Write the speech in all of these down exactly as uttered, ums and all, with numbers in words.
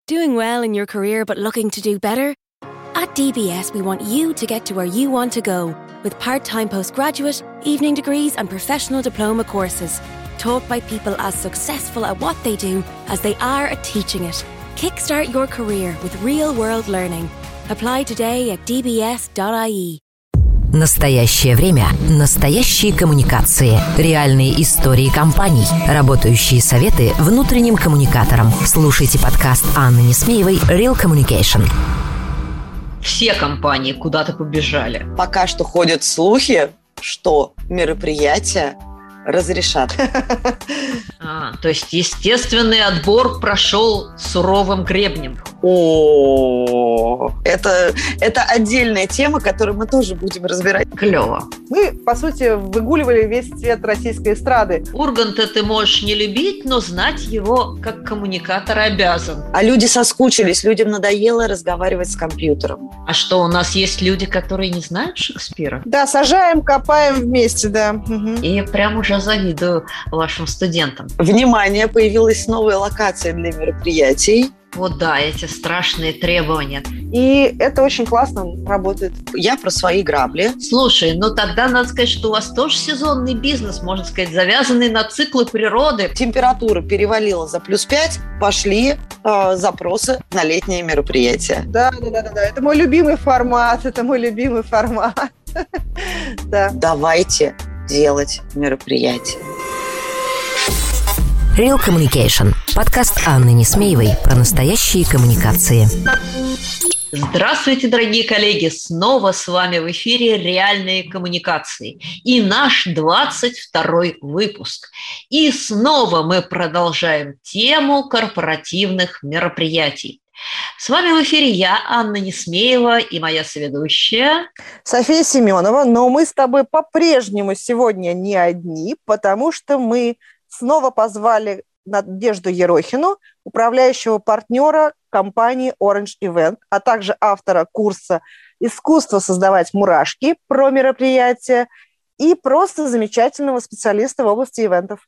Doing well in your career but looking to do better? At D B S, we want you to get to where you want to go with part-time postgraduate, evening degrees and professional diploma courses. Taught by people as successful at what they do as they are at teaching it. Kickstart your career with real-world learning. Apply today at d b s dot i e. Настоящее время. Настоящие коммуникации. Реальные истории компаний. Работающие советы внутренним коммуникаторам. Слушайте подкаст Анны Несмеевой «Real Communication». Все компании куда-то побежали. Пока что ходят слухи, что мероприятия разрешат. А, то есть естественный отбор прошел суровым гребнем. О, это, это отдельная тема, которую мы тоже будем разбирать. Клево. Мы, по сути, выгуливали весь цвет российской эстрады. Урганта ты можешь не любить, но знать его как коммуникатор обязан. А люди соскучились, людям надоело разговаривать с компьютером. А что, у нас есть люди, которые не знают Шекспира? Да, сажаем, копаем вместе, да. Угу. И прям уже завидую вашим студентам. Внимание, появилась новая локация для мероприятий. Вот да, эти страшные требования. И это очень классно работает. Я про свои грабли. Слушай, ну тогда надо сказать, что у вас тоже сезонный бизнес, можно сказать, завязанный на циклы природы. Температура перевалила за плюс пять, пошли э, запросы на летние мероприятия. Да, да, да, да, это мой любимый формат, это мой любимый формат. Давайте делать мероприятия. Real Communication. Подкаст Анны Несмеевой про настоящие коммуникации. Здравствуйте, дорогие коллеги! Снова с вами в эфире «Реальные коммуникации» и наш двадцать второй выпуск. И снова мы продолжаем тему корпоративных мероприятий. С вами в эфире я, Анна Несмеева, и моя соведущая София Семенова. Но мы с тобой по-прежнему сегодня не одни, потому что мы снова позвали Надежду Ерохину, управляющего партнера компании Orange Event, а также автора курса «Искусство создавать мурашки» про мероприятия и просто замечательного специалиста в области ивентов.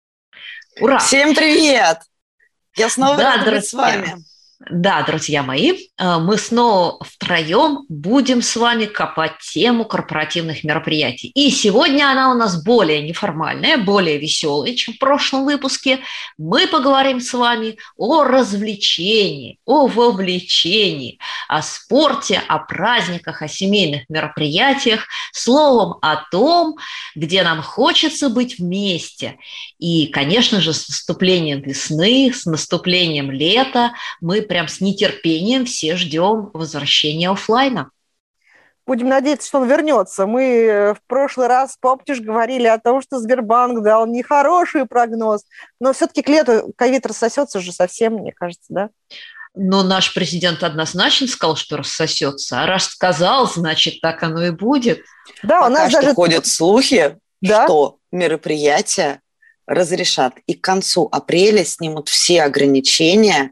Ура! Всем привет! Я снова да, рада быть с вами. Да, друзья мои, мы снова втроем будем с вами копать тему корпоративных мероприятий. И сегодня она у нас более неформальная, более веселая, чем в прошлом выпуске. Мы поговорим с вами о развлечении, о вовлечении, о спорте, о праздниках, о семейных мероприятиях, словом, о том, где нам хочется быть вместе. И, конечно же, с наступлением весны, с наступлением лета мы прям с нетерпением все ждем возвращения офлайна. Будем надеяться, что он вернется. Мы в прошлый раз, помнишь, говорили о том, что Сбербанк дал нехороший прогноз, но все-таки к лету ковид рассосется уже совсем, мне кажется, да? Но наш президент однозначно сказал, что рассосется. А раз сказал, значит, так оно и будет. Да, Пока у нас что даже ходят слухи, да? что мероприятия разрешат. И к концу апреля снимут все ограничения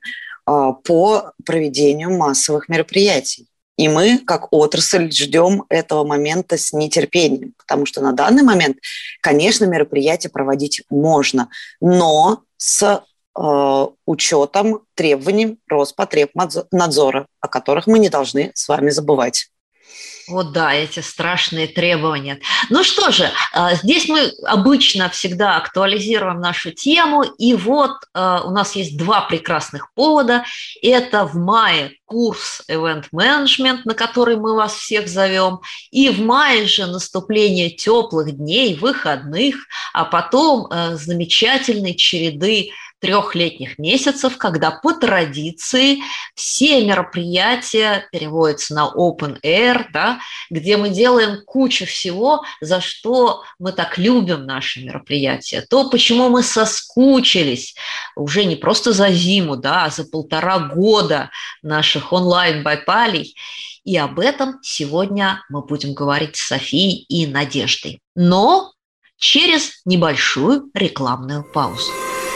по проведению массовых мероприятий. И мы, как отрасль, ждем этого момента с нетерпением, потому что на данный момент, конечно, мероприятия проводить можно, но с э, учетом требований Роспотребнадзора, о которых мы не должны с вами забывать. Вот да, эти страшные требования. Ну что же, здесь мы обычно всегда актуализируем нашу тему, и вот у нас есть два прекрасных повода. Это в мае курс Event Management, на который мы вас всех зовем, и в мае же наступление теплых дней, выходных, а потом замечательной череды трехлетних месяцев, когда по традиции все мероприятия переводятся на open air, да, где мы делаем кучу всего, за что мы так любим наши мероприятия. То, почему мы соскучились уже не просто за зиму, да, а за полтора года наших онлайн-байпалей. И об этом сегодня мы будем говорить с Софией и Надеждой. Но через небольшую рекламную паузу.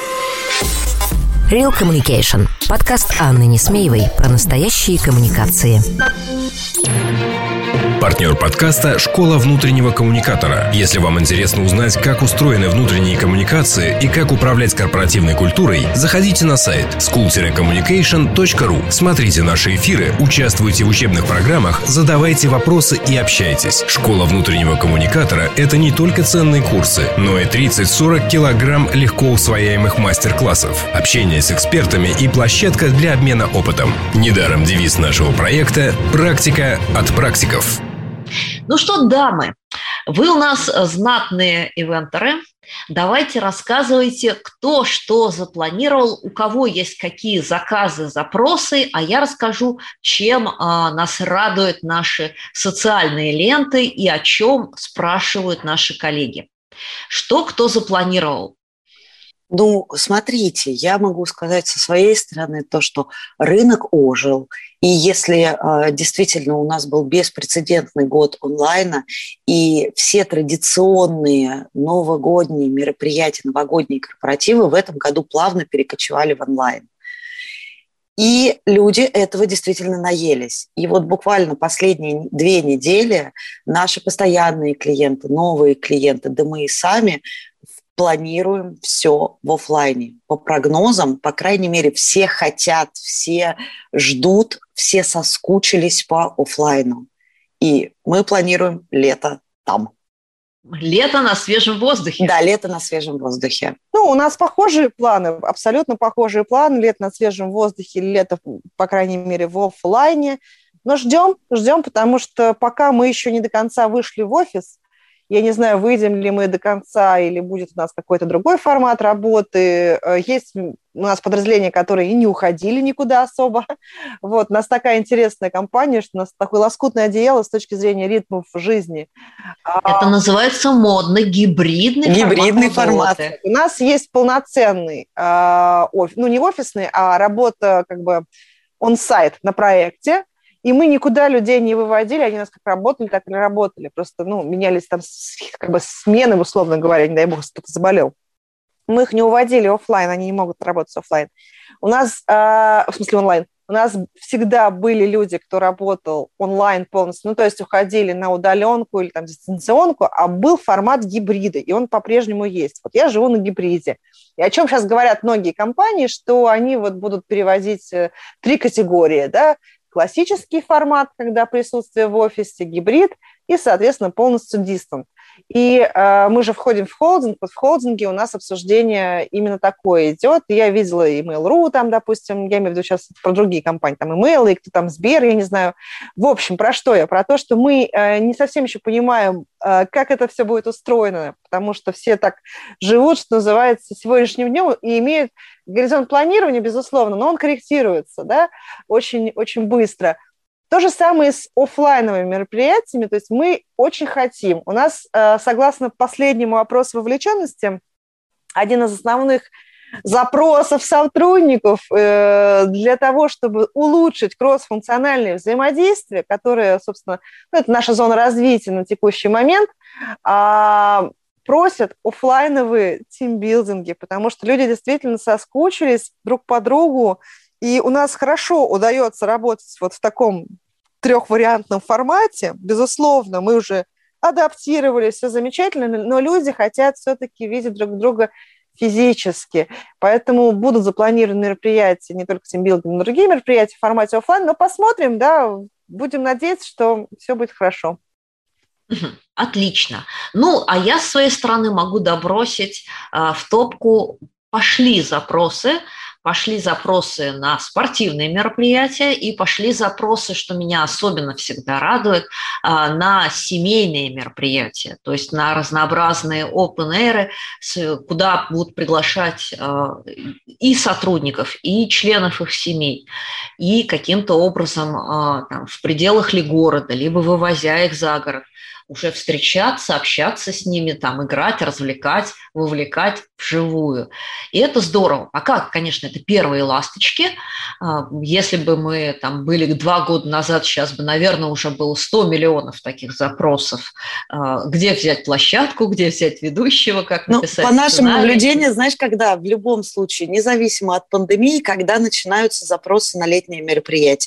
Real Communication. Подкаст Анны Несмеевой про настоящие коммуникации. Партнер подкаста «Школа внутреннего коммуникатора». Если вам интересно узнать, как устроены внутренние коммуникации и как управлять корпоративной культурой, заходите на сайт скул коммуникейшн точка ру. Смотрите наши эфиры, участвуйте в учебных программах, задавайте вопросы и общайтесь. «Школа внутреннего коммуникатора» — это не только ценные курсы, но и тридцать-сорок килограмм легко усвояемых мастер-классов, общение с экспертами и площадка для обмена опытом. Недаром девиз нашего проекта «Практика от практиков». Ну что, дамы, вы у нас знатные ивентеры. Давайте рассказывайте, кто что запланировал, у кого есть какие заказы, запросы, а я расскажу, чем а, нас радуют наши социальные ленты и о чем спрашивают наши коллеги. Что кто запланировал? Ну, смотрите, я могу сказать со своей стороны то, что рынок ожил. И если э, действительно у нас был беспрецедентный год онлайна, и все традиционные новогодние мероприятия, новогодние корпоративы в этом году плавно перекочевали в онлайн. И люди этого действительно наелись. И вот буквально последние две недели наши постоянные клиенты, новые клиенты, да мы и сами планируем все в офлайне. По прогнозам, по крайней мере, все хотят, все ждут, все соскучились по офлайну. И мы планируем лето там. Лето на свежем воздухе. Да, лето на свежем воздухе. Ну, у нас похожие планы, абсолютно похожие планы. Лето на свежем воздухе, лето, по крайней мере, в офлайне. Но ждем, ждем, потому что пока мы еще не до конца вышли в офис, я не знаю, выйдем ли мы до конца или будет у нас какой-то другой формат работы. Есть у нас подразделения, которые и не уходили никуда особо. Вот, у нас такая интересная компания, что у нас такое лоскутное одеяло с точки зрения ритмов жизни. Это называется модно гибридный, гибридный формат. формат. У нас есть полноценный, ну не офисный, а работа как бы он-сайт на проекте. И мы никуда людей не выводили, они у нас как работали, так и работали. Просто, ну, менялись там как бы смены, условно говоря, не дай бог, кто-то заболел. Мы их не уводили офлайн, они не могут работать офлайн. У нас, э, в смысле онлайн, у нас всегда были люди, кто работал онлайн полностью, ну, то есть уходили на удаленку или там дистанционку, а был формат гибрида, и он по-прежнему есть. Вот я живу на гибриде. И о чем сейчас говорят многие компании, что они вот будут перевозить три категории, да, классический формат, когда присутствие в офисе, гибрид и, соответственно, полностью дистант. И э, мы же входим в холдинг, вот в холдинге у нас обсуждение именно такое идет. И я видела и Mail.ru, там, допустим, я имею в виду сейчас про другие компании, там Email, и кто там, Сбер, я не знаю. В общем, про что я? Про то, что мы э, не совсем еще понимаем, э, как это все будет устроено, потому что все так живут, что называется, сегодняшним днем, и имеют горизонт планирования, безусловно, но он корректируется, да, очень, очень быстро. То же самое с офлайновыми мероприятиями, то есть мы очень хотим. У нас, согласно последнему опросу вовлеченности, один из основных запросов сотрудников для того, чтобы улучшить кроссфункциональное взаимодействие, которое, собственно, ну, это наша зона развития на текущий момент, просят офлайновые тимбилдинги, потому что люди действительно соскучились друг по другу. И у нас хорошо удается работать вот в таком трехвариантном формате. Безусловно, мы уже адаптировались, все замечательно, но люди хотят все-таки видеть друг друга физически. Поэтому будут запланированы мероприятия, не только тимбилдинг, но и другие мероприятия в формате офлайн. Но посмотрим, да, будем надеяться, что все будет хорошо. Отлично. Ну, а я с своей стороны могу добросить э, в топку «Пошли запросы». Пошли запросы на спортивные мероприятия и пошли запросы, что меня особенно всегда радует, на семейные мероприятия, то есть на разнообразные open-air, куда будут приглашать и сотрудников, и членов их семей, и каким-то образом там, в пределах ли города, либо вывозя их за город, уже встречаться, общаться с ними, там, играть, развлекать, вовлекать вживую. И это здорово. Пока, конечно, это первые ласточки. Если бы мы там были два года назад, сейчас бы, наверное, уже было сто миллионов таких запросов. Где взять площадку, где взять ведущего, как написать ну, по нашему сценарий. наблюдению, знаешь, когда в любом случае, независимо от пандемии, когда начинаются запросы на летние мероприятия,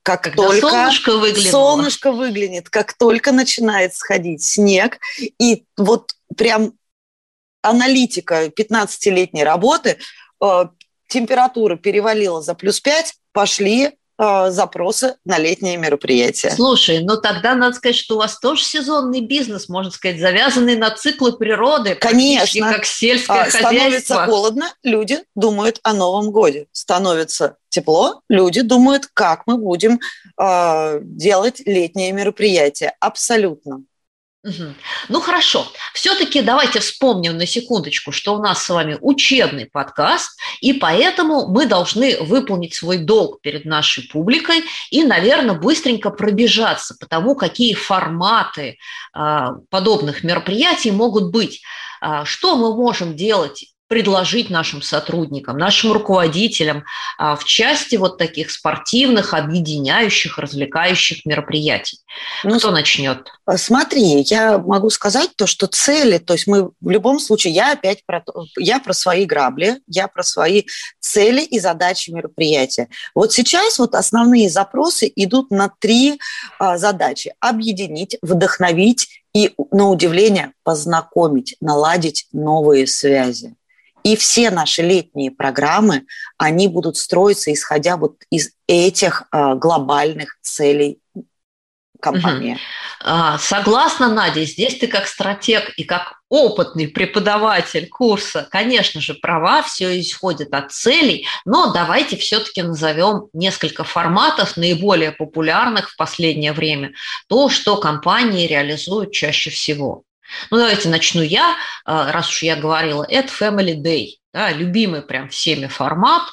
Как Когда только солнышко выглянуло. солнышко выглянет, как только начинает сходить снег, и вот прям аналитика пятнадцатилетней работы, э, температура перевалила за плюс пять, пошли э, запросы на летние мероприятия. Слушай, ну тогда надо сказать, что у вас тоже сезонный бизнес, можно сказать, завязанный на циклы природы. Конечно. Как сельское А, хозяйство. Становится холодно, люди думают о Новом годе. Становится тепло, люди думают, как мы будем э, делать летние мероприятия. Абсолютно. Угу. Ну хорошо, все-таки давайте вспомним на секундочку, что у нас с вами учебный подкаст, и поэтому мы должны выполнить свой долг перед нашей публикой и, наверное, быстренько пробежаться по тому, какие форматы а, подобных мероприятий могут быть, а, что мы можем делать, предложить нашим сотрудникам, нашим руководителям а, в части вот таких спортивных, объединяющих, развлекающих мероприятий. Ну, кто начнет? Смотри, я могу сказать то, что цели, то есть мы в любом случае, я опять про, я про свои грабли, я про свои цели и задачи мероприятия. Вот сейчас вот основные запросы идут на три а, задачи. Объединить, вдохновить и, на удивление, познакомить, наладить новые связи. И все наши летние программы, они будут строиться, исходя вот из этих а, глобальных целей компании. Угу. Согласна, Надя, здесь ты как стратег и как опытный преподаватель курса, конечно же, права, все исходит от целей, но давайте все-таки назовем несколько форматов, наиболее популярных в последнее время, то, что компании реализуют чаще всего. Ну, давайте начну я, раз уж я говорила, это Family Day, да, любимый прям всеми формат,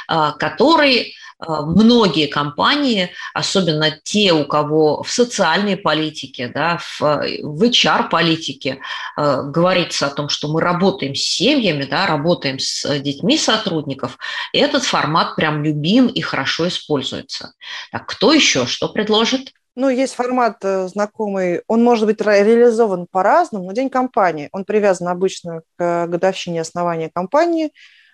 который многие компании, особенно те, у кого в социальной политике, да, в, в эйч ар-политике говорится о том, что мы работаем с семьями, да, работаем с детьми сотрудников, этот формат прям любим и хорошо используется. Так, кто еще что предложит? Ну, есть формат знакомый, он может быть реализован по-разному, но День компании, он привязан обычно к годовщине основания компании.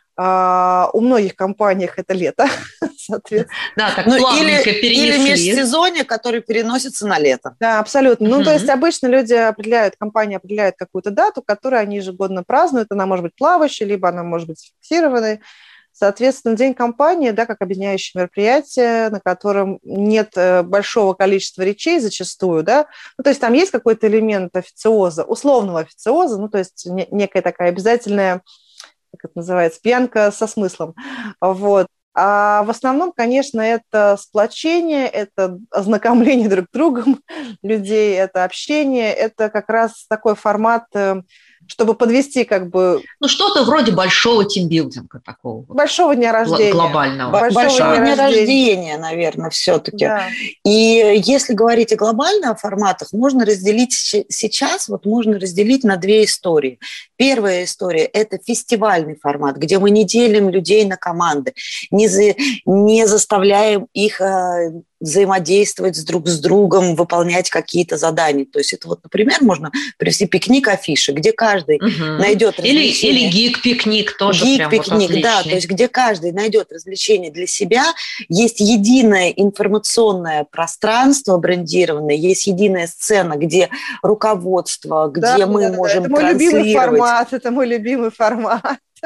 А, у многих компаниях это лето, соответственно. Да, так ну, плавненько или, перенесли. Или межсезонье, который переносится на лето. Да, абсолютно. Ну, uh-huh. то есть обычно люди определяют, компания определяет какую-то дату, которую они ежегодно празднуют. Она может быть плавающей, либо она может быть фиксированной. Соответственно, День компании, да, как объединяющее мероприятие, на котором нет большого количества речей зачастую, да, ну, то есть там есть какой-то элемент официоза, условного официоза, ну, то есть некая такая обязательная, как это называется, пьянка со смыслом, вот. А в основном, конечно, это сплочение, это ознакомление друг с другом людей, это общение, это как раз такой формат, чтобы подвести как бы... Ну, что-то вроде большого тимбилдинга такого. Большого дня рождения. Глобального. Большого, большого дня рождения, рождения наверное, все-таки. Да. И если говорить о глобальных форматах, можно разделить сейчас, вот можно разделить на две истории. Первая история – это фестивальный формат, где мы не делим людей на команды, не, за, не заставляем их э, взаимодействовать с друг с другом, выполнять какие-то задания. То есть это вот, например, можно привести пикник-афиши, где каждый угу. найдет развлечение. Или, или гик-пикник тоже гик-пикник, прям вот да, то есть где каждый найдет развлечение для себя. Есть единое информационное пространство брендированное, есть единая сцена, где руководство, где да, мы да, можем да. Это мой любимый формат, это мой любимый формат.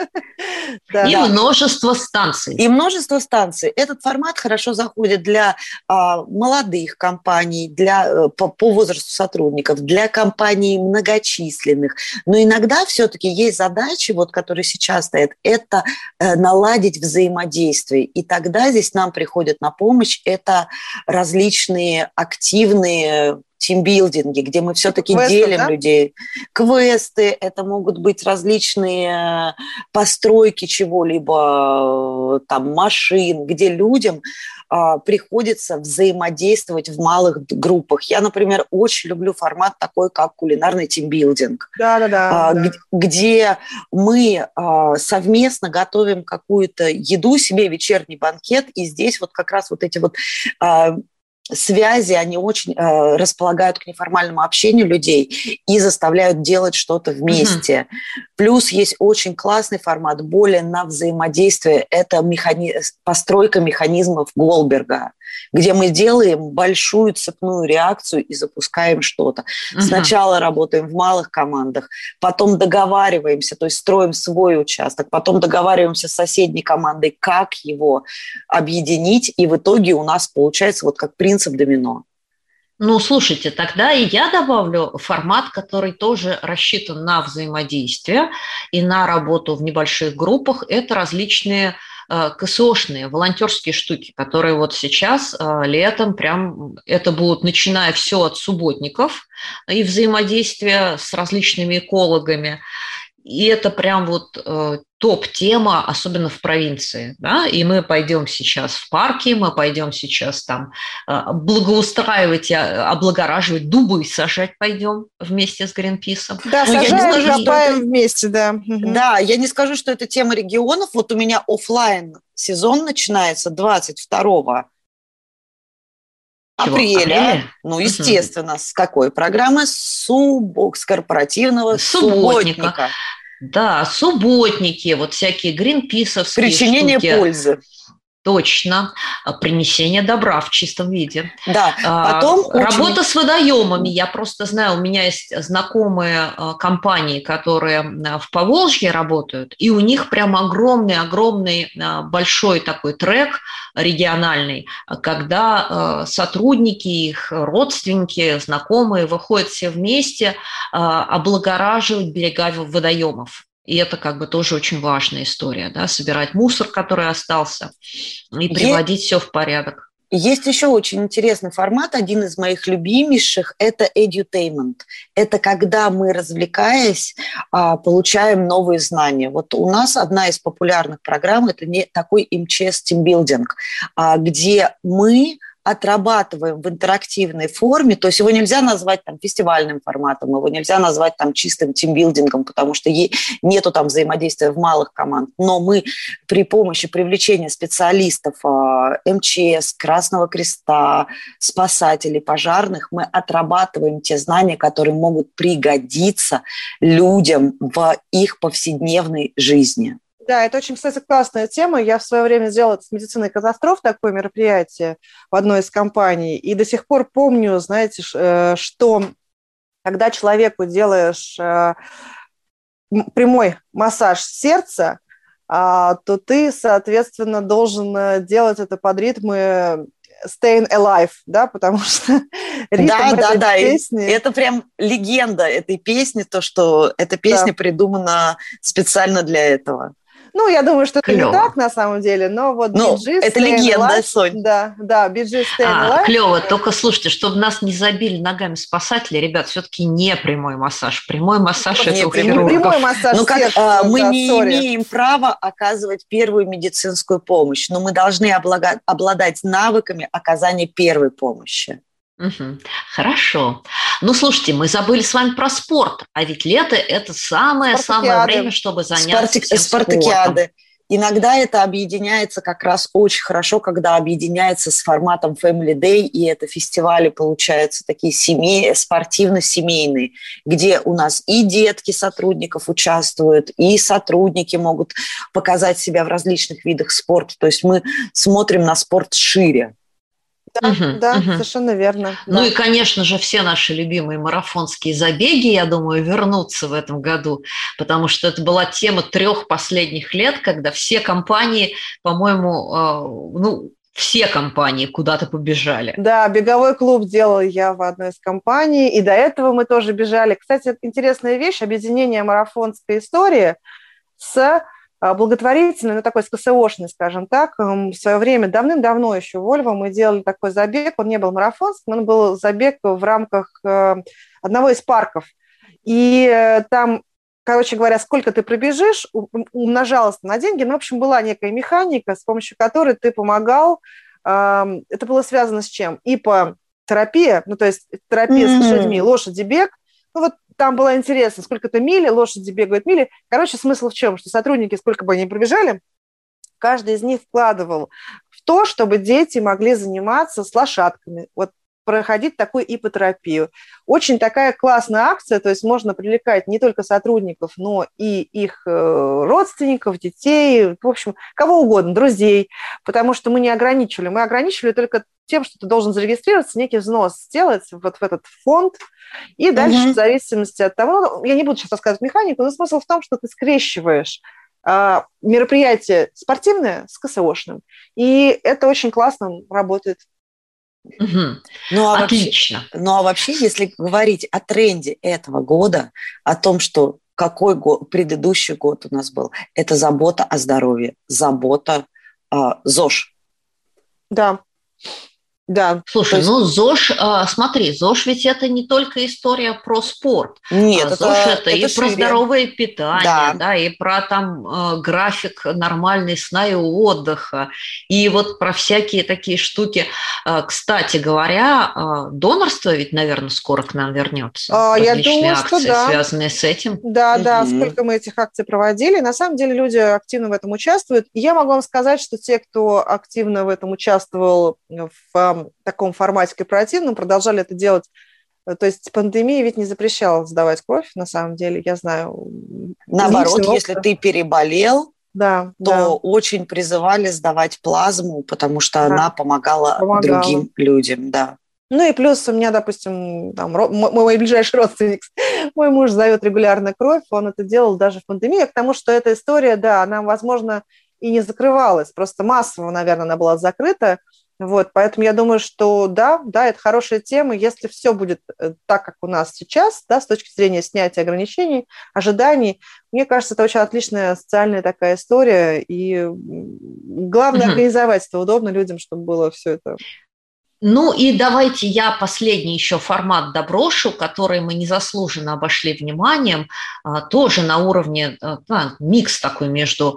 Да. И множество станций. И множество станций. Этот формат хорошо заходит для а, молодых компаний, для, по, по возрасту сотрудников, для компаний многочисленных. Но иногда все-таки есть задачи, вот, которые сейчас стоят, это э, наладить взаимодействие. И тогда здесь нам приходят на помощь это различные активные тимбилдинги, где мы все-таки Квесты, делим да? людей. Квесты, это могут быть различные постройки чего-либо, там, машин, где людям а, приходится взаимодействовать в малых группах. Я, например, очень люблю формат такой, как кулинарный тимбилдинг, да-да-да, а, да. где мы а, совместно готовим какую-то еду себе, вечерний банкет, и здесь вот как раз вот эти вот... А, связи, они очень э, располагают к неформальному общению людей и заставляют делать что-то вместе. Uh-huh. Плюс есть очень классный формат, более на взаимодействие. Это механи... постройка механизмов Голдберга, где мы делаем большую цепную реакцию и запускаем что-то. Uh-huh. Сначала работаем в малых командах, потом договариваемся, то есть строим свой участок, потом договариваемся с соседней командой, как его объединить, и в итоге у нас получается вот как принцип домино. Ну, слушайте, тогда и я добавлю формат, который тоже рассчитан на взаимодействие и на работу в небольших группах. Это различные э, КСОшные, волонтерские штуки, которые вот сейчас э, летом прям, это будут, начиная все от субботников и взаимодействия с различными экологами. И это прям вот э, топ-тема, особенно в провинции. Да? И мы пойдем сейчас в парки, мы пойдем сейчас там э, благоустраивать, облагораживать, дубы сажать пойдем вместе с Гринписом. Да, но сажаем, скажу, копаем это... вместе, да. Да, я не скажу, что это тема регионов. Вот у меня офлайн сезон начинается двадцать второго апреля. Апреля? Ну, естественно, угу. С какой программы? Суббок, с корпоративного субботника. субботника. Да, субботники, вот всякие гринписовские Причинение штуки. пользы. Точно. Принесение добра в чистом виде. Да, потом... А, очень... Работа с водоемами. Я просто знаю, у меня есть знакомые компании, которые в Поволжье работают, и у них прям огромный-огромный большой такой трек региональный, когда сотрудники, их родственники, знакомые выходят все вместе облагораживать берега водоемов. И это как бы тоже очень важная история, да, собирать мусор, который остался, и приводить есть, все в порядок. Есть еще очень интересный формат, один из моих любимейших, это edutainment. Это когда мы, развлекаясь, получаем новые знания. Вот у нас одна из популярных программ – это такой эм че эс тимбилдинг, где мы отрабатываем в интерактивной форме, то есть его нельзя назвать там фестивальным форматом, его нельзя назвать там чистым тимбилдингом, потому что нету там взаимодействия в малых командах, но мы при помощи привлечения специалистов эм че эс, Красного Креста, спасателей, пожарных, мы отрабатываем те знания, которые могут пригодиться людям в их повседневной жизни. Да, это очень, кстати, классная тема. Я в свое время сделала с медициной катастроф такое мероприятие в одной из компаний. И до сих пор помню, знаете, что когда человеку делаешь прямой массаж сердца, то ты, соответственно, должен делать это под ритмы Staying Alive, да, потому что ритм да, этой да, да. песни... Это прям легенда этой песни, то, что эта песня да. придумана специально для этого. Ну, я думаю, что это клево. Не так на самом деле, но вот ну, би джи это легенда, Сонь. Да, да, би джи Staying а, Alive. Клево, только слушайте, чтобы нас не забили ногами спасатели, ребят, все-таки не прямой массаж. Прямой массаж – это у хирургов. Прямой массаж ну, как, сердца, а, мы да, не sorry. имеем права оказывать первую медицинскую помощь, но мы должны облага- обладать навыками оказания первой помощи. Угу. Хорошо. Ну, слушайте, мы забыли с вами про спорт, а ведь лето – это самое-самое время, чтобы заняться Спартак... всем спартакиады. спортом. Иногда это объединяется как раз очень хорошо, когда объединяется с форматом Family Day, и это фестивали получаются такие семей... спортивно-семейные, где у нас и детки сотрудников участвуют, и сотрудники могут показать себя в различных видах спорта. То есть мы смотрим на спорт шире. Да, угу, да, угу. совершенно верно. Ну да. и, конечно же, все наши любимые марафонские забеги, я думаю, вернутся в этом году, потому что это была тема трех последних лет, когда все компании, по-моему, э, ну, все компании куда-то побежали. Да, беговой клуб делал я в одной из компаний, и до этого мы тоже бежали. Кстати, интересная вещь, объединение марафонской истории с... благотворительный, ну, такой СКСОшный, скажем так. В свое время, давным-давно еще в Вольво мы делали такой забег, он не был марафонским, он был забег в рамках одного из парков. И там, короче говоря, сколько ты пробежишь, умножалось на деньги, ну, в общем, была некая механика, с помощью которой ты помогал. Это было связано с чем? Иппотерапия, ну, то есть терапия mm-hmm. с лошадьми, лошади, бег. Ну, вот там было интересно, сколько-то мили, лошади бегают мили. Короче, смысл в чем? Что сотрудники, сколько бы они пробежали, каждый из них вкладывал в то, чтобы дети могли заниматься с лошадками. Вот проходить такую иппотерапию. Очень такая классная акция, то есть можно привлекать не только сотрудников, но и их родственников, детей, в общем, кого угодно, друзей, потому что мы не ограничивали. Мы ограничивали только тем, что ты должен зарегистрироваться, некий взнос сделать вот в этот фонд, и дальше, угу. в зависимости от того, я не буду сейчас рассказывать механику, но смысл в том, что ты скрещиваешь а, мероприятие спортивное с КСОшным, и это очень классно работает. Угу. Ну, а Отлично. Вообще, ну а вообще, если говорить о тренде этого года, о том, что какой год, предыдущий год у нас был, это забота о здоровье, забота э, ЗОЖ. Да. Да. Слушай, есть... ну ЗОЖ, смотри, ЗОЖ ведь это не только история про спорт. Нет, ЗОЖ это, это, это и шире. про здоровое питание, да. да, и про там график нормальный сна и отдыха, и вот про всякие такие штуки. Кстати говоря, донорство ведь, наверное, скоро к нам вернется. А, Различные я думаю, акции, что да. связанные с этим. Да, угу. да, сколько мы этих акций проводили. На самом деле люди активно в этом участвуют. И я могу вам сказать, что те, кто активно в этом участвовал в таком формате корпоративном, продолжали это делать. То есть пандемия ведь не запрещала сдавать кровь, на самом деле, я знаю. Наоборот, если ты переболел, да, то да. очень призывали сдавать плазму, потому что да. она помогала, помогала другим людям, да. Ну и плюс у меня, допустим, там, мой, мой ближайший родственник, мой муж сдает регулярно кровь, он это делал даже в пандемию, потому что эта история, да, она, возможно, и не закрывалась, просто массово, наверное, она была закрыта. Вот, поэтому я думаю, что да, да, это хорошая тема. Если все будет так, как у нас сейчас, да, с точки зрения снятия ограничений, ожиданий, мне кажется, это очень отличная социальная такая история. И главное, угу. организовать это удобно людям, чтобы было все это. Ну и давайте я последний еще формат доброшу, который мы незаслуженно обошли вниманием, тоже на уровне, да, микс такой между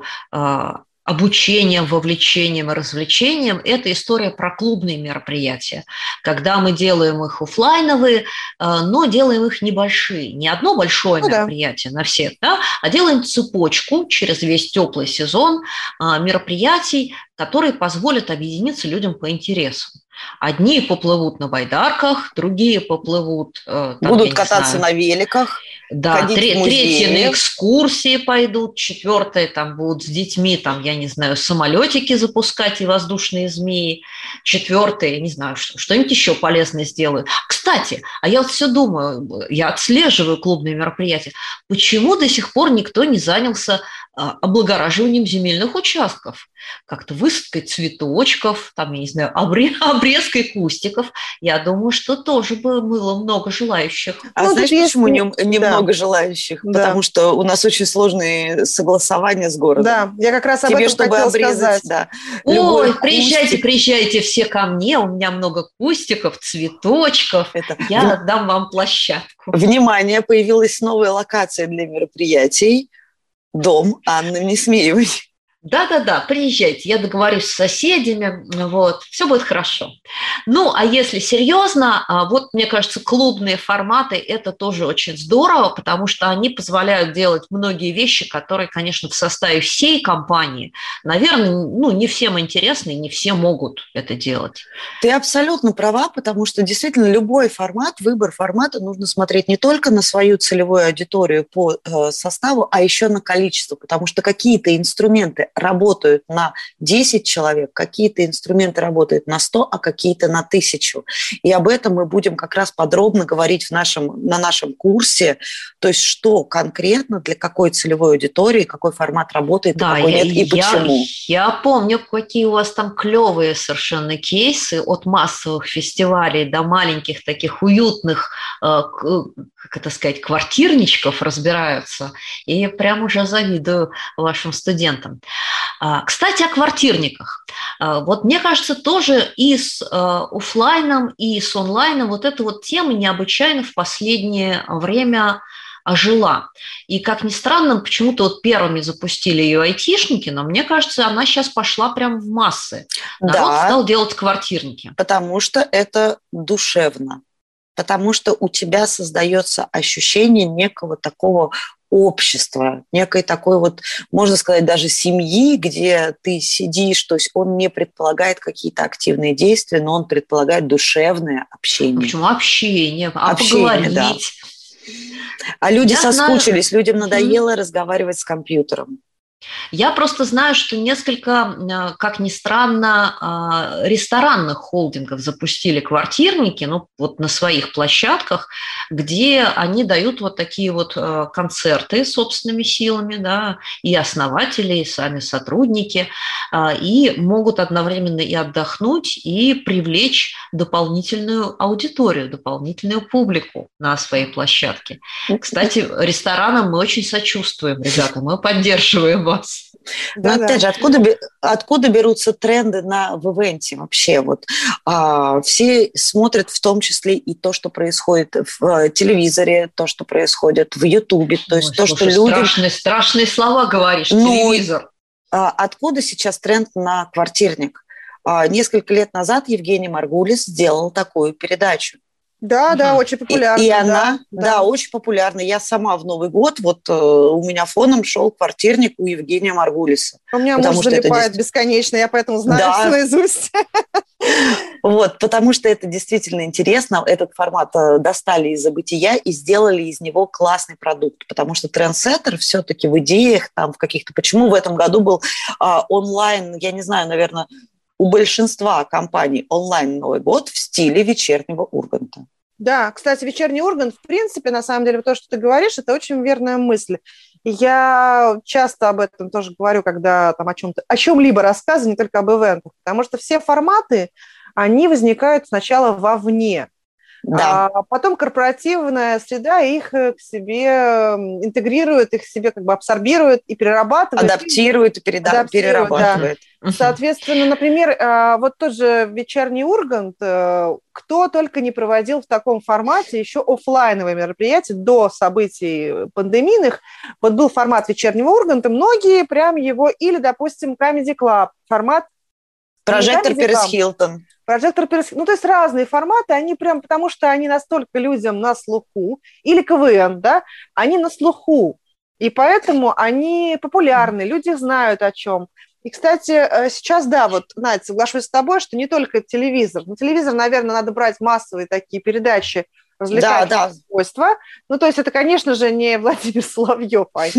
обучением, вовлечением и развлечением. Это история про клубные мероприятия, когда мы делаем их офлайновые, но делаем их небольшие. Не одно большое ну, мероприятие да. на всех, да, а делаем цепочку через весь теплый сезон мероприятий, которые позволят объединиться людям по интересам. Одни поплывут на байдарках, другие поплывут... Там, будут кататься знаю, на великах, да, тре- третьи на экскурсии пойдут, четвертые там будут с детьми, там, я не знаю, самолетики запускать и воздушные змеи, четвертые, не знаю, что, что-нибудь еще полезное сделают. Кстати, а я вот все думаю, я отслеживаю клубные мероприятия, почему до сих пор никто не занялся облагораживанием земельных участков, как-то высадкой цветочков, там, я не знаю, обрезкой кустиков. Я думаю, что тоже бы было много желающих. А ну, знаешь, почему не, немного да. желающих? Да. Потому что у нас очень сложные согласования с городом. Да, я как раз об Тебе, этом чтобы хотела обрезать, сказать. Да, ой, приезжайте, кустик. приезжайте все ко мне, у меня много кустиков, цветочков, Это... я да. отдам вам площадку. Внимание, появилась новая локация для мероприятий. Дом Анны Несмеевой. Да-да-да, приезжайте, я договорюсь с соседями, вот, все будет хорошо. Ну, а если серьезно, вот, мне кажется, клубные форматы – это тоже очень здорово, потому что они позволяют делать многие вещи, которые, конечно, в составе всей компании, наверное, ну, не всем интересны, не все могут это делать. Ты абсолютно права, потому что действительно любой формат, выбор формата нужно смотреть не только на свою целевую аудиторию по э, составу, а еще на количество, потому что какие-то инструменты работают на десять человек, какие-то инструменты работают на сто, а какие-то на тысячу. И об этом мы будем как раз подробно говорить в нашем, на нашем курсе, то есть что конкретно, для какой целевой аудитории, какой формат работает, да, какой я, нет, и я, почему. Я помню, какие у вас там клевые совершенно кейсы от массовых фестивалей до маленьких таких уютных, как это сказать, квартирничков разбираются. И прям уже завидую вашим студентам. Кстати, о квартирниках. Вот мне кажется, тоже и с офлайном, и с онлайном вот эта вот тема необычайно в последнее время ожила. И, как ни странно, почему-то вот первыми запустили ее айтишники, но мне кажется, она сейчас пошла прям в массы. Народ да, стал делать квартирники. Потому что это душевно. Потому что у тебя создается ощущение некого такого общества, некой такой вот, можно сказать, даже семьи, где ты сидишь, то есть он не предполагает какие-то активные действия, но он предполагает душевное общение. Почему общение? А общение, поговорить? Да. А люди Я соскучились, знаю... людям надоело mm-hmm. разговаривать с компьютером. Я просто знаю, что несколько, как ни странно, ресторанных холдингов запустили квартирники, ну, вот на своих площадках, где они дают вот такие вот концерты собственными силами, да, и основатели, и сами сотрудники, и могут одновременно и отдохнуть, и привлечь дополнительную аудиторию, дополнительную публику на своей площадке. Кстати, ресторанам мы очень сочувствуем, ребята, мы поддерживаем вас. Но да, опять да. же, откуда, откуда берутся тренды на в ивенте вообще? Вот, а, все смотрят в том числе и то, что происходит в телевизоре, то, что происходит в Ютубе. То есть Ой, то, слушай, что люди... страшные, страшные слова говоришь, ну, телевизор. А, откуда сейчас тренд на квартирник? А, несколько лет назад Евгений Маргулис сделал такую передачу. Да, угу. да, очень популярна. И, и она, да, да, да, очень популярна. Я сама в Новый год, вот э, у меня фоном шел квартирник у Евгения Маргулиса. У меня муж залипает это... бесконечно, я поэтому знаю да. все наизусть. Вот, потому что это действительно интересно. Этот формат достали из забытия и сделали из него классный продукт, потому что трендсеттер все-таки в идеях, там, в каких-то... Почему в этом году был а, онлайн, я не знаю, наверное... У большинства компаний онлайн Новый год в стиле вечернего Урганта. Да, кстати, вечерний Ургант, в принципе, на самом деле, то, что ты говоришь, это очень верная мысль. И я часто об этом тоже говорю, когда там о чем-то, о чем-либо рассказываю, не только об ивентах, потому что все форматы, они возникают сначала вовне. Да. А потом корпоративная среда их к себе интегрирует, их себе как бы абсорбирует и перерабатывает. Адаптирует и переда- перерабатывает. Да. Соответственно, например, вот тот же вечерний Ургант, кто только не проводил в таком формате еще офлайновые мероприятия до событий пандемийных. Вот был формат вечернего Урганта, многие прям его, или, допустим, Comedy Club, формат Прожектор Пэрис Хилтон. Прожектор Пэрис Хилтон. Ну, то есть разные форматы, они прям, потому что они настолько людям на слуху, или КВН, да, они на слуху, и поэтому они популярны, люди знают о чем. И, кстати, сейчас, да, вот, Надя, соглашусь с тобой, что не только телевизор. На телевизор, наверное, надо брать массовые такие передачи, развлекательные да, да. свойства. Ну, то есть это, конечно же, не Владимир Соловьев, а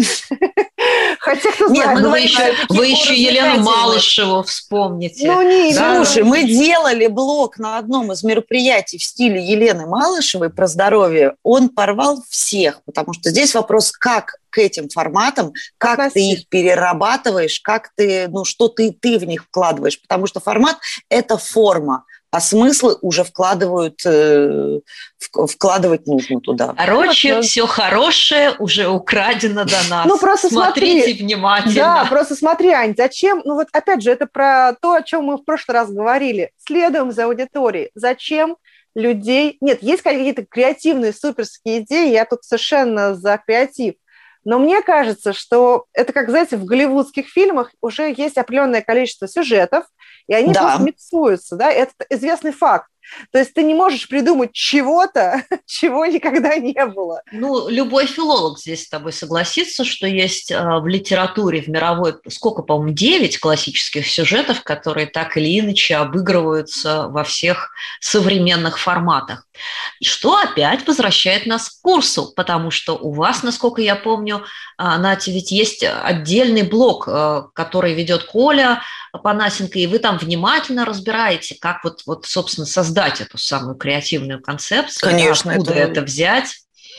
хотя кто Нет, знает. Нет, вы еще, вы еще Елену Малышеву вспомните. Ну, не, да. Слушай, мы делали блог на одном из мероприятий в стиле Елены Малышевой про здоровье. Он порвал всех, потому что здесь вопрос, как к этим форматам, как Относить. Ты их перерабатываешь, как ты, ну, что ты, ты в них вкладываешь. Потому что формат – это форма, а смыслы уже вкладывают, э, вкладывать нужно туда. Короче, вот, все хорошее уже украдено до нас. Ну, просто смотрите смотри, внимательно. Да, просто смотри, Ань, зачем, ну вот опять же, это про то, о чем мы в прошлый раз говорили. Следуем за аудиторией. Зачем людей... Нет, есть какие-то креативные суперские идеи, я тут совершенно за креатив. Но мне кажется, что это, как, знаете, в голливудских фильмах уже есть определенное количество сюжетов, и они да. просто миксуются, да, это известный факт. То есть ты не можешь придумать чего-то, чего никогда не было. Ну, любой филолог здесь с тобой согласится, что есть в литературе, в мировой, сколько, по-моему, девять классических сюжетов, которые так или иначе обыгрываются во всех современных форматах. Что опять возвращает нас к курсу, потому что у вас, насколько я помню, Натя, ведь есть отдельный блог, который ведет Коля Панасенко, и вы там внимательно разбираете, как вот, вот собственно, создать эту самую креативную концепцию, Конечно, откуда это... это взять,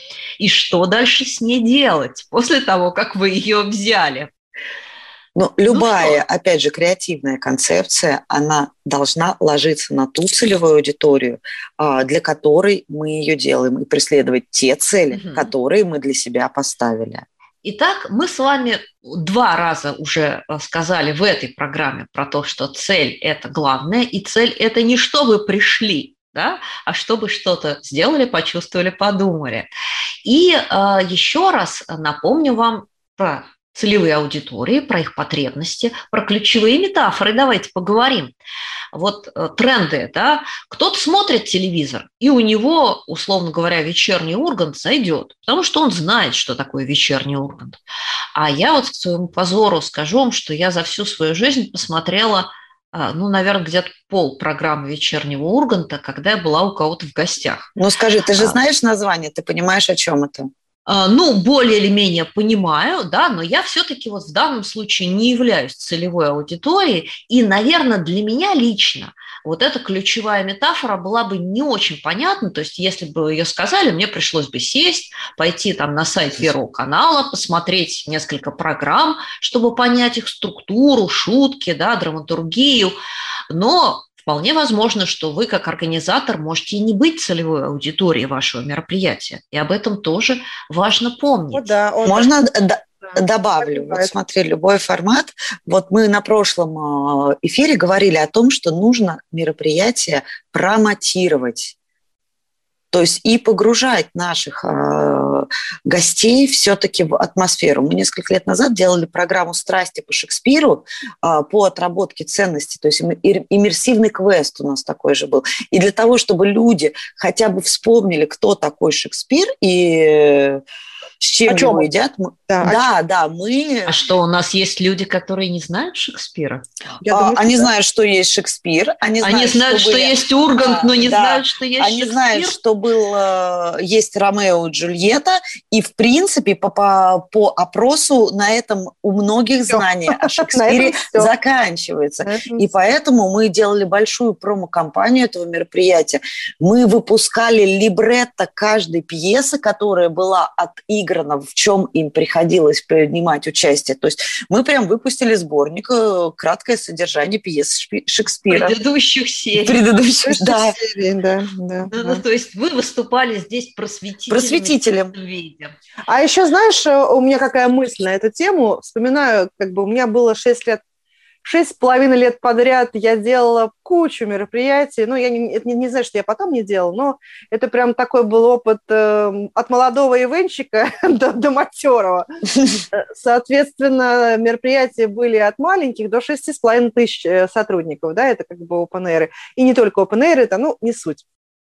и что дальше с ней делать после того, как вы ее взяли. Ну, любая, ну, опять же, креативная концепция, она должна ложиться на ту целевую аудиторию, для которой мы ее делаем, и преследовать те цели, угу. которые мы для себя поставили. Итак, мы с вами два раза уже сказали в этой программе про то, что цель – это главное, и цель – это не чтобы пришли, да, а чтобы что-то сделали, почувствовали, подумали. И э, еще раз напомню вам про целевые аудитории, про их потребности, про ключевые метафоры. Давайте поговорим. Вот э, тренды, да, кто-то смотрит телевизор, и у него, условно говоря, вечерний Ургант зайдет, потому что он знает, что такое вечерний Ургант. А я вот к своему позору скажу вам, что я за всю свою жизнь посмотрела, э, ну, наверное, где-то пол программы вечернего Урганта, когда я была у кого-то в гостях. Ну, скажи, ты же знаешь название, ты понимаешь, о чем это? Ну, более или менее понимаю, да, но я все-таки вот в данном случае не являюсь целевой аудиторией, и, наверное, для меня лично вот эта ключевая метафора была бы не очень понятна, то есть если бы ее сказали, мне пришлось бы сесть, пойти там на сайт Первого канала, посмотреть несколько программ, чтобы понять их структуру, шутки, да, драматургию, но вполне возможно, что вы, как организатор, можете и не быть целевой аудиторией вашего мероприятия. И об этом тоже важно помнить. О, да, о, Можно да. д- добавлю? Вот смотри, любой формат. Вот мы на прошлом эфире говорили о том, что нужно мероприятие промотировать. То есть и погружать наших э, гостей все-таки в атмосферу. Мы несколько лет назад делали программу «Страсти» по Шекспиру, э, по отработке ценностей. То есть иммерсивный квест у нас такой же был. И для того, чтобы люди хотя бы вспомнили, кто такой Шекспир и с чем его едят. Мы... Да, да, да, мы... А что, у нас есть люди, которые не знают Шекспира? Я думаю, они да. знают, что есть Шекспир. Они знают, они знают что, что, были... есть Ургант, да, но не да. знают, что есть они Шекспир. Они знают, что был, есть Ромео и Джульетта. И, в принципе, по, по, по опросу на этом у многих знания о Шекспире заканчивается. И поэтому мы делали большую промо-компанию этого мероприятия. Мы выпускали либретто каждой пьесы, которая была отыграна, в чем им приходилось принимать участие. То есть мы прям выпустили сборник «Краткое содержание пьес Шекспира». Предыдущих серий. Предыдущих, да. серий, да, да, ну, да. Ну, то есть вы выступали здесь просветителем. Просветителем. А еще, знаешь, у меня какая мысль на эту тему. Вспоминаю, как бы у меня было шесть лет, шесть с половиной лет подряд я делала кучу мероприятий. Ну, я не, не, не знаю, что я потом не делала, но это прям такой был опыт э, от молодого ивенчика до, до матерого. Соответственно, мероприятия были от маленьких до шести с половиной тысяч сотрудников, да, это как бы open air. И не только open air, это, ну, не суть.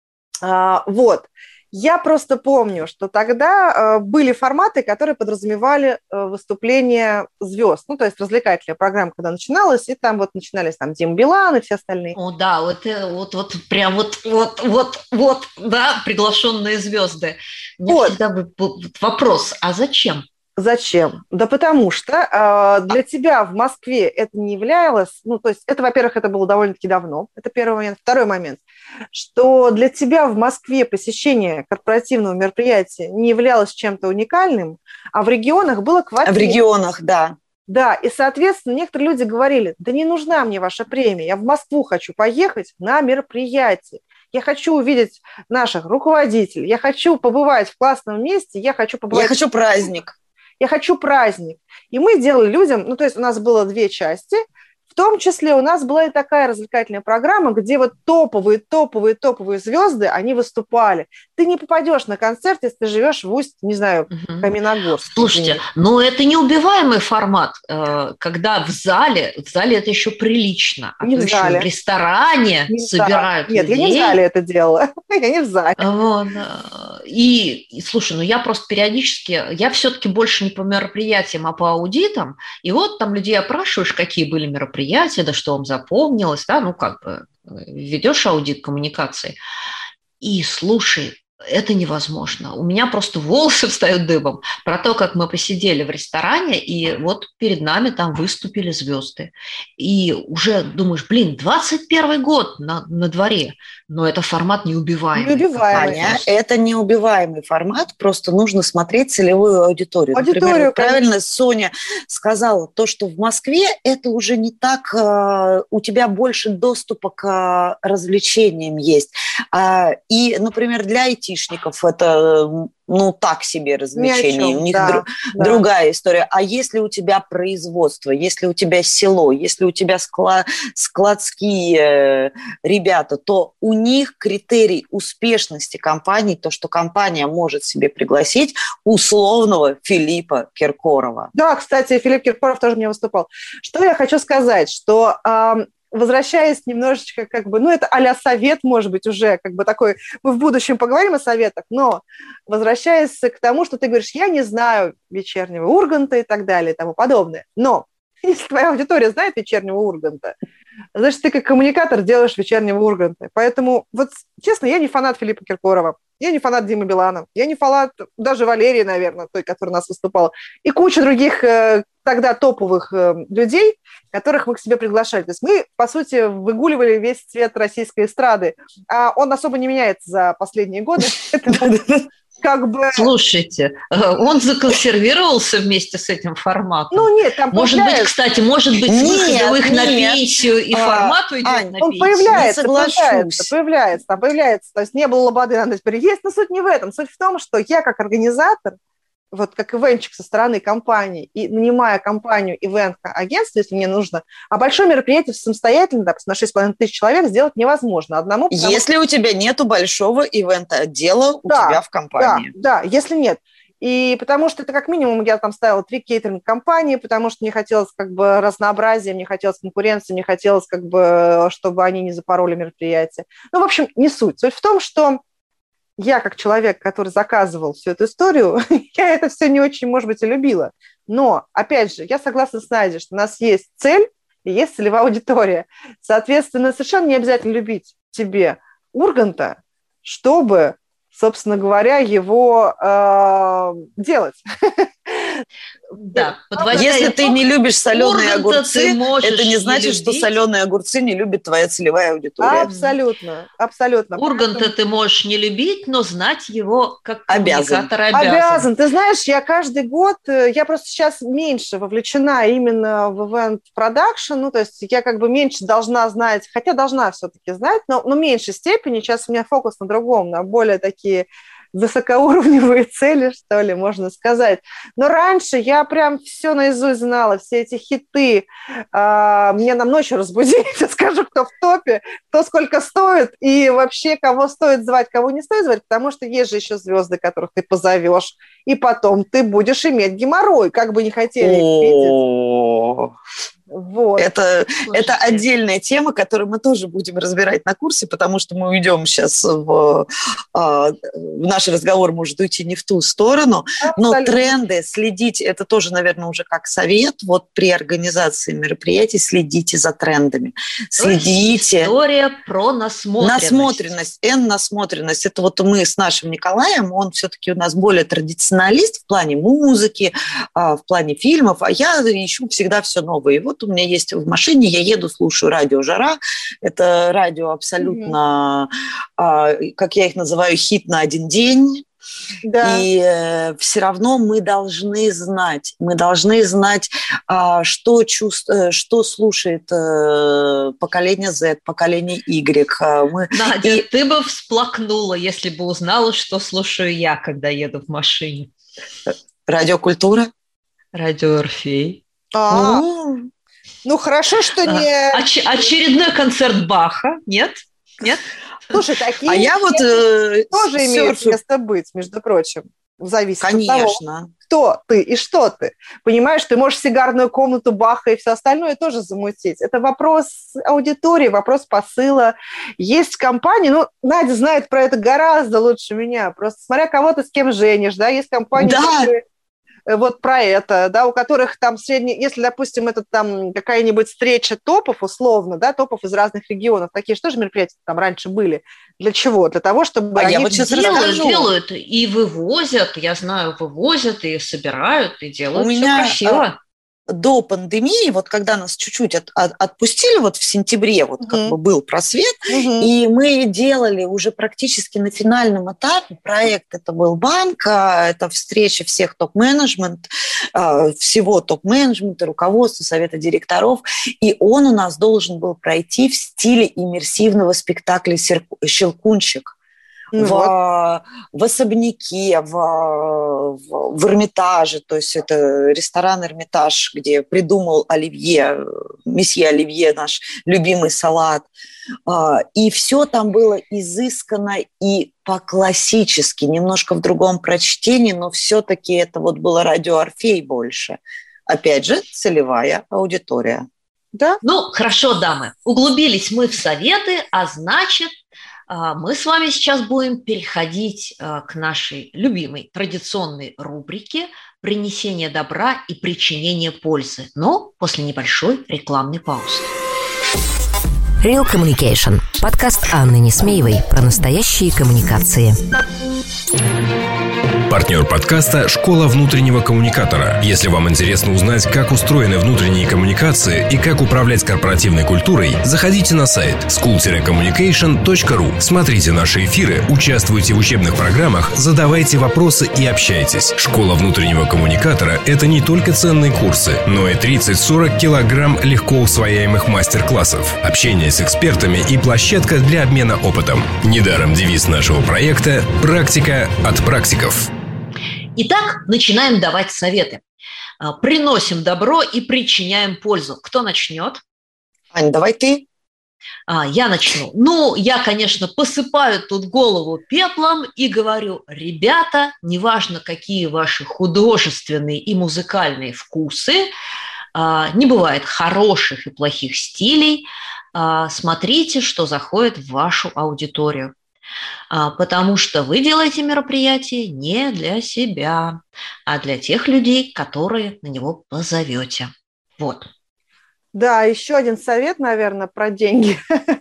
А, вот. Я просто помню, что тогда э, были форматы, которые подразумевали э, выступления звезд, ну, то есть развлекательная программа, когда начиналась, и там вот начинались там Дима Билан и все остальные. О, да, вот, вот, вот прям вот, вот, вот, вот, да, приглашенные звезды. У меня вот. Всегда был вопрос, а зачем? Зачем? Да потому что э, для тебя в Москве это не являлось, ну, то есть это, во-первых, это было довольно-таки давно, это первый момент. Второй момент, что для тебя в Москве посещение корпоративного мероприятия не являлось чем-то уникальным, а в регионах было квартира. В регионах, да. Да, и, соответственно, некоторые люди говорили, да не нужна мне ваша премия, я в Москву хочу поехать на мероприятие. Я хочу увидеть наших руководителей, я хочу побывать в классном месте, я хочу побывать... Я хочу праздник. Я хочу праздник. И мы делали людям, ну, то есть у нас было две части, в том числе у нас была и такая развлекательная программа, где вот топовые, топовые, топовые звезды, они выступали. Ты не попадешь на концерт, если ты живешь в Усть, не знаю, угу. Каменногорск. Слушайте, ну это неубиваемый формат, когда в зале, в зале это еще прилично, а не то в еще зале. в ресторане не собирают Нет, людей. я не в зале это делала, я не в зале. Вот. И, и, слушай, ну я просто периодически, я все-таки больше не по мероприятиям, а по аудитам, и вот там людей опрашиваешь, какие были мероприятия, да что вам запомнилось, да, ну как бы ведешь аудит коммуникации, и слушай, это невозможно. У меня просто волосы встают дыбом про то, как мы посидели в ресторане, и вот перед нами там выступили звезды. И уже думаешь, блин, двадцать первый год на, на дворе, но это формат неубиваемый. Неубиваемый. Это неубиваемый формат, просто нужно смотреть целевую аудиторию. Аудиторию, Например, правильно Соня сказала, то, что в Москве это уже не так, у тебя больше доступа к развлечениям есть. И, например, для ай ти айтишников это, ну, так себе развлечение, у них да, дру- да. другая история. А если у тебя производство, если у тебя село, если у тебя скла- складские ребята, то у них критерий успешности компании, то, что компания может себе пригласить условного Филиппа Киркорова. Да, кстати, Филипп Киркоров тоже мне выступал. Что я хочу сказать, что... Возвращаясь немножечко, как бы, ну, это а-ля совет, может быть, уже, как бы такой, мы в будущем поговорим о советах, но возвращаясь к тому, что ты говоришь, я не знаю вечернего Урганта и так далее и тому подобное, но если твоя аудитория знает вечернего Урганта, значит, ты как коммуникатор делаешь вечернего Урганта. Поэтому, вот, честно, я не фанат Филиппа Киркорова, я не фанат Димы Билана, я не фанат даже Валерии, наверное, той, которая у нас выступала, и куча других э, тогда топовых э, людей, которых мы к себе приглашали. То есть мы, по сути, выгуливали весь цвет российской эстрады, а он особо не меняется за последние годы. Как бы... Слушайте, он законсервировался вместе с этим форматом? Ну нет, там может появляется... быть, кстати, может быть, с выходовых на пенсию и а, формат уйдет Ань, на он пенсию? появляется, появляется, появляется, там появляется. То есть не было лободы, надо теперь есть, но суть не в этом. Суть в том, что я как организатор, вот как ивентчик со стороны компании, и нанимая компанию ивент-агентство, если мне нужно, а большое мероприятие самостоятельно, допустим, на шесть с половиной тысяч человек сделать невозможно одному. Если что... у тебя нету большого ивент-отдела у да, тебя в компании. Да, да, если нет. И потому что это как минимум я там ставила три кейтеринг-компании, потому что мне хотелось как бы разнообразия, мне хотелось конкуренции, мне хотелось как бы, чтобы они не запороли мероприятие. Ну, в общем, не суть. Суть в том, что я, как человек, который заказывал всю эту историю, я это все не очень, может быть, и любила. Но, опять же, я согласна с Надей, что у нас есть цель и есть целевая аудитория. Соответственно, совершенно не обязательно любить тебе Урганта, чтобы, собственно говоря, его э, делать. Да, если итог, ты не любишь соленые огурцы, это не значит, не что соленые огурцы не любит твоя целевая аудитория. Абсолютно, абсолютно. Урганта Поэтому... ты можешь не любить, но знать его как коммуникатор обязан. обязан. Обязан. Ты знаешь, я каждый год, я просто сейчас меньше вовлечена именно в ивент-продакшн, ну, то есть я как бы меньше должна знать, хотя должна все-таки знать, но, но в меньшей степени. Сейчас у меня фокус на другом, на более такие... высокоуровневые цели, что ли, можно сказать. Но раньше я прям все наизусть знала, все эти хиты. А, мне нам ночью разбудить, скажу, кто в топе, кто сколько стоит, и вообще кого стоит звать, кого не стоит звать, потому что есть же еще звезды, которых ты позовешь, и потом ты будешь иметь геморрой, как бы не хотели их видеть. Вот. Это, это отдельная тема, которую мы тоже будем разбирать на курсе, потому что мы уйдем сейчас в, в наш разговор может уйти не в ту сторону, абсолютно. Но тренды следить, это тоже, наверное, уже как совет, вот при организации мероприятий следите за трендами, следите. История про насмотренность. Насмотренность, N-насмотренность, это вот мы с нашим Николаем, он все-таки у нас более традиционалист в плане музыки, в плане фильмов, а я ищу всегда все новое. И вот у меня есть в машине, я еду, слушаю радио «Жара». Это радио абсолютно, mm-hmm. как я их называю, хит на один день. Да. И э, все равно мы должны знать, мы должны знать, э, что, чувств, э, что слушает э, поколение Z, поколение Y. Мы... Надя, и... ты бы всплакнула, если бы узнала, что слушаю я, когда еду в машине. Радиокультура? Радио Орфей. А, ну... ну, хорошо, что не... Оч- очередной концерт Баха, нет? Нет? Слушай, такие а я вот, э, тоже имеют место быть, между прочим, зависит Конечно. от того, кто ты и что ты. Понимаешь, ты можешь сигарную комнату Баха и все остальное тоже замутить. Это вопрос аудитории, вопрос посыла. Есть компании, ну, Надя знает про это гораздо лучше меня, просто смотря кого ты с кем женишь, да, есть компании, да. которые... вот про это, да, у которых там средний, если, допустим, это там какая-нибудь встреча топов, условно, да, топов из разных регионов, такие же тоже мероприятия там раньше были. Для чего? Для того, чтобы а они я вот сейчас делают, делают и вывозят, я знаю, вывозят, и собирают, и делают у все меня... красиво. До пандемии, вот когда нас чуть-чуть от, от, отпустили, вот в сентябре вот uh-huh. как бы был просвет, uh-huh. и мы делали уже практически на финальном этапе проект, это был банк, это встреча всех топ-менеджмент, всего топ-менеджмента, руководства, совета директоров, и он у нас должен был пройти в стиле иммерсивного спектакля «Щелкунчик». в, вот. в особняке, в, в, в Эрмитаже, то есть это ресторан Эрмитаж, где придумал Оливье, месье Оливье, наш любимый салат. И все там было изысканно и по-классически, немножко в другом прочтении, но все-таки это вот было радио Орфей больше. Опять же, целевая аудитория. Да? Ну, хорошо, дамы, углубились мы в советы, а значит, мы с вами сейчас будем переходить к нашей любимой традиционной рубрике «Принесение добра и причинение пользы», но после небольшой рекламной паузы. Real Communication. Подкаст Анны Несмеевой про настоящие коммуникации. Партнер подкаста «Школа внутреннего коммуникатора». Если вам интересно узнать, как устроены внутренние коммуникации и как управлять корпоративной культурой, заходите на сайт скул коммуникейшн точка ру. Смотрите наши эфиры, участвуйте в учебных программах, задавайте вопросы и общайтесь. «Школа внутреннего коммуникатора» — это не только ценные курсы, но и тридцать-сорок килограмм легко усвояемых мастер-классов, общение с экспертами и площадка для обмена опытом. Недаром девиз нашего проекта «Практика от практиков». Итак, начинаем давать советы. Приносим добро и причиняем пользу. Кто начнет? Ань, давай ты. А, я начну. Ну, я, конечно, посыпаю тут голову пеплом и говорю: ребята, неважно, какие ваши художественные и музыкальные вкусы, не бывает хороших и плохих стилей, смотрите, что заходит в вашу аудиторию. Потому что вы делаете мероприятие не для себя, а для тех людей, которые на него позовете. Вот. Да, еще один совет, наверное, про деньги.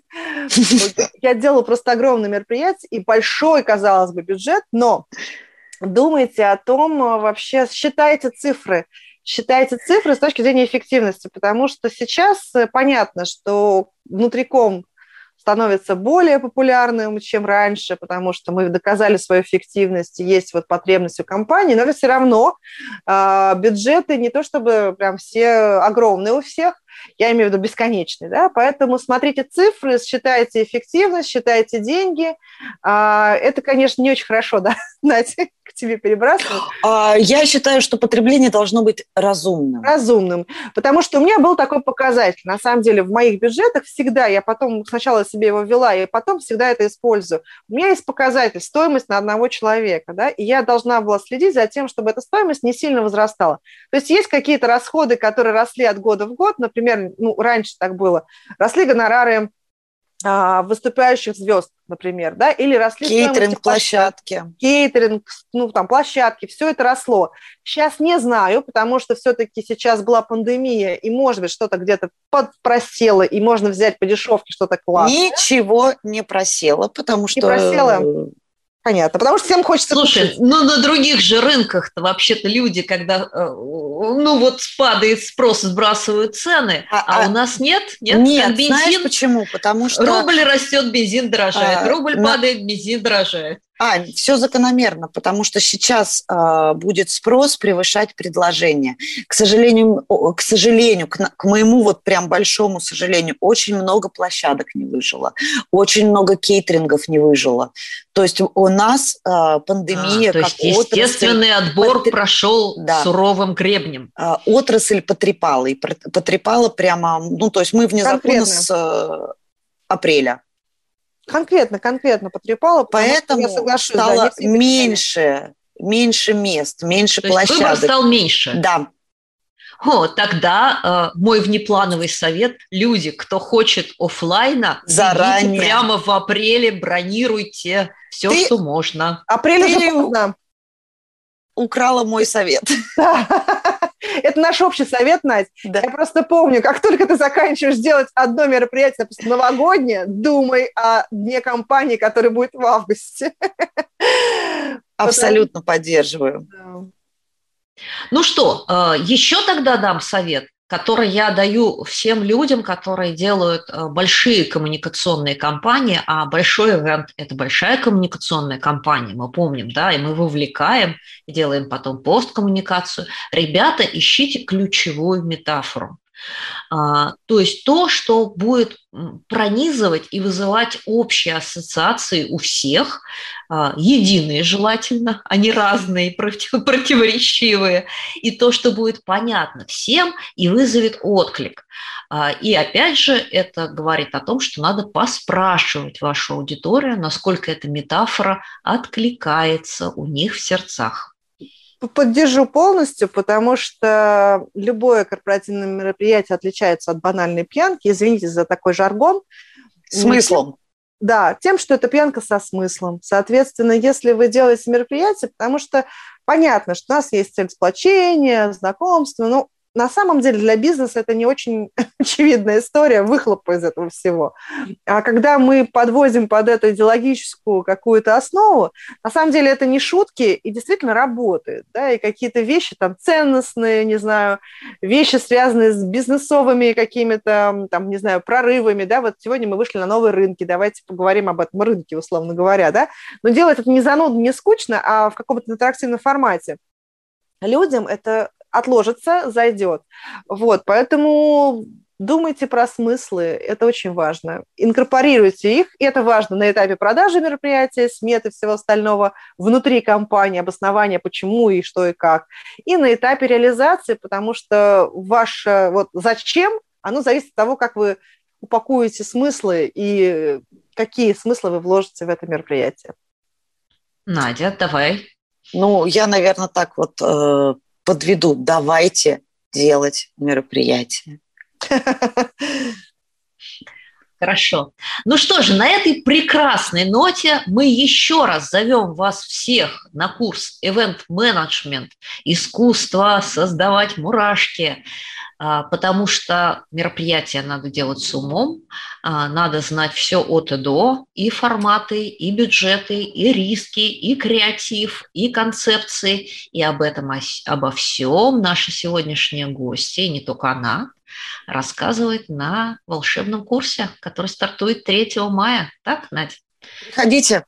Я делала просто огромное мероприятие и большой, казалось бы, бюджет, но думайте о том, вообще считайте цифры. Считайте цифры с точки зрения эффективности, потому что сейчас понятно, что внутриком становится более популярным, чем раньше, потому что мы доказали свою эффективность, есть вот потребность у компании, но все равно э, бюджеты не то чтобы прям все огромные у всех, я имею в виду бесконечные, да, поэтому смотрите цифры, считайте эффективность, считайте деньги. Э, это, конечно, не очень хорошо, да, Надя, к тебе перебрасывать. Я считаю, что потребление должно быть разумным. Разумным, потому что у меня был такой показатель, на самом деле, в моих бюджетах всегда, я потом сначала себе его ввела, и потом всегда это использую. У меня есть показатель, стоимость на одного человека, да, и я должна была следить за тем, чтобы эта стоимость не сильно возрастала. То есть есть какие-то расходы, которые росли от года в год, например, ну, раньше так было, росли гонорары а, выступающих звезд, например, да, или росли кейтеринг, площадки. Кейтеринг, ну, там, площадки, все это росло. Сейчас не знаю, потому что все-таки сейчас была пандемия, и, может быть, что-то где-то просело, и можно взять по дешевке что-то классное. Ничего не просело, потому что... Не просело. Понятно, потому что всем хочется... Слушай, купить. Ну на других же рынках-то вообще-то люди, когда, ну вот падает спрос, сбрасывают цены, а, а, а у нас нет? Нет, нет бензин, знаешь почему? Потому что... Рубль растет, бензин дорожает, а, рубль на... падает, бензин дорожает. А, все закономерно, потому что сейчас э, будет спрос превышать предложение. К сожалению, к сожалению, к, к моему вот прям большому сожалению, очень много площадок не выжило, очень много кейтерингов не выжило. То есть у нас э, пандемия, а, то как есть отрасль, естественный отбор потр... прошел да. суровым гребнем. Э, отрасль потрепала, и потрепала прямо, ну то есть мы вне закона с э, апреля. Конкретно, конкретно потрепала, поэтому я соглашусь, стало да, меньше, меньше мест, меньше То площадок. Есть выбор стал меньше. Да. О, тогда э, мой внеплановый совет: люди, кто хочет офлайна, заранее прямо в апреле бронируйте все, Ты... что можно. Апрель уже поздно. Украла мой совет. Это наш общий совет, Надь. Да. Я просто помню, как только ты заканчиваешь делать одно мероприятие, допустим, новогоднее, думай о дне кампании, который будет в августе. Абсолютно Потому... поддерживаю. Да. Ну что, еще тогда дам совет, который я даю всем людям, которые делают большие коммуникационные кампании, а большой ивент – это большая коммуникационная кампания, мы помним, да, и мы вовлекаем, делаем потом посткоммуникацию. Ребята, ищите ключевую метафору. А, то есть то, что будет пронизывать и вызывать общие ассоциации у всех, а, единые желательно, а не разные, против, противоречивые, и то, что будет понятно всем и вызовет отклик. А, и опять же, это говорит о том, что надо поспрашивать вашу аудиторию, насколько эта метафора откликается у них в сердцах. Поддержу полностью, потому что любое корпоративное мероприятие отличается от банальной пьянки. Извините за такой жаргон. Смыслом. Да, тем, что это пьянка со смыслом. Соответственно, если вы делаете мероприятие, потому что понятно, что у нас есть цель сплочения, знакомства, ну, на самом деле для бизнеса это не очень очевидная история, выхлоп из этого всего. А когда мы подводим под эту идеологическую какую-то основу, на самом деле это не шутки и действительно работает. Да? И какие-то вещи там ценностные, не знаю, вещи, связанные с бизнесовыми какими-то, там, не знаю, прорывами. Да? Вот сегодня мы вышли на новые рынки, давайте поговорим об этом рынке, условно говоря. Да? Но делать это не занудно, не скучно, а в каком-то интерактивном формате. Людям это отложится, зайдет. Вот, поэтому думайте про смыслы, это очень важно. Инкорпорируйте их, и это важно на этапе продажи мероприятия, сметы, всего остального, внутри компании, обоснования, почему и что и как. И на этапе реализации, потому что ваше вот зачем, оно зависит от того, как вы упакуете смыслы и какие смыслы вы вложите в это мероприятие. Надя, давай. Ну, я, наверное, так вот э, подведу. Давайте делать мероприятие. Хорошо. Ну что же, на этой прекрасной ноте мы еще раз зовем вас всех на курс Event Management, искусство создавать мурашки, потому что мероприятие надо делать с умом, надо знать все от и до, и форматы, и бюджеты, и риски, и креатив, и концепции, и об этом, обо всем наши сегодняшние гости, и не только она, рассказывает на волшебном курсе, который стартует третьего мая. Так, Надя? Приходите.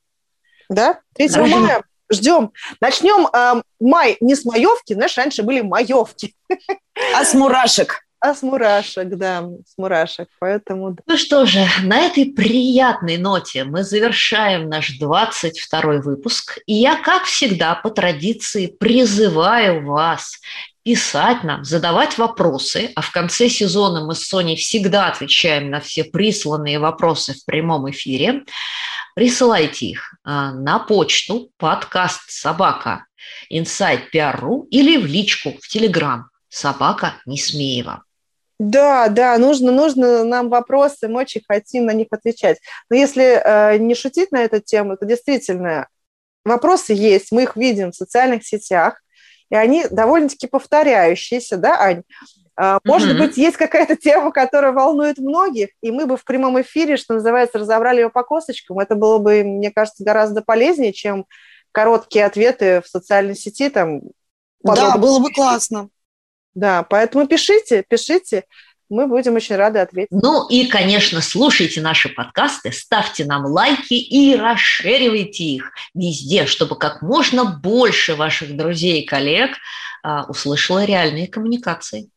Да, третьего мая. Ждем. Начнем э, май не с маевки, знаешь, раньше были маевки. А с мурашек. А с мурашек, да, с мурашек. Поэтому... Ну что же, на этой приятной ноте мы завершаем наш двадцать второй выпуск. И я, как всегда, по традиции призываю вас писать нам, задавать вопросы, а в конце сезона мы с Соней всегда отвечаем на все присланные вопросы в прямом эфире. Присылайте их на почту подкаст собака инсайд пи ар точка ру или в личку в Телеграм собака Несмеева. Да, да, нужно, нужно нам вопросы, мы очень хотим на них отвечать. Но если э, не шутить на эту тему, то действительно вопросы есть, мы их видим в социальных сетях, и они довольно-таки повторяющиеся, да, Ань? Может mm-hmm. быть, есть какая-то тема, которая волнует многих, и мы бы в прямом эфире, что называется, разобрали ее по косточкам. Это было бы, мне кажется, гораздо полезнее, чем короткие ответы в социальной сети. Там, подробно. Да, было бы классно. Да, поэтому пишите, пишите. Мы будем очень рады ответить. Ну и, конечно, слушайте наши подкасты, ставьте нам лайки и расширивайте их везде, чтобы как можно больше ваших друзей и коллег а, услышало реальные коммуникации.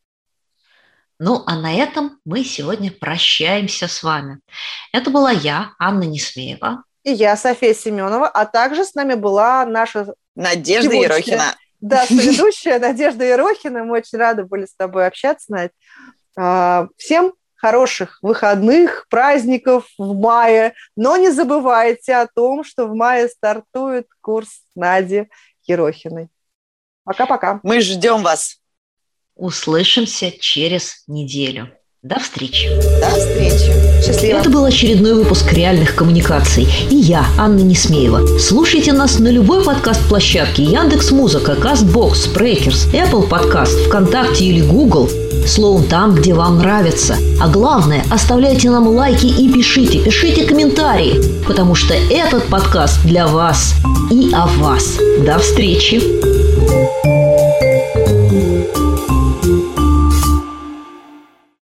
Ну, а на этом мы сегодня прощаемся с вами. Это была я, Анна Несмеева. И я, София Семенова, а также с нами была наша... Надежда Ерохина. Да, соведущая Надежда Ерохина. Мы очень рады были с тобой общаться, Надь. Всем хороших выходных, праздников в мае. Но не забывайте о том, что в мае стартует курс Нади Ерохиной. Пока-пока. Мы ждем вас. Услышимся через неделю. До встречи. До встречи. Счастливо. Это был очередной выпуск «Реальных коммуникаций». И я, Анна Несмеева. Слушайте нас на любой подкаст-площадке: Яндекс.Музыка, Кастбокс, Спрейкерс, Apple Podcast, ВКонтакте или Google. Словом, там, где вам нравится. А главное, оставляйте нам лайки и пишите, пишите комментарии, потому что этот подкаст для вас и о вас. До встречи.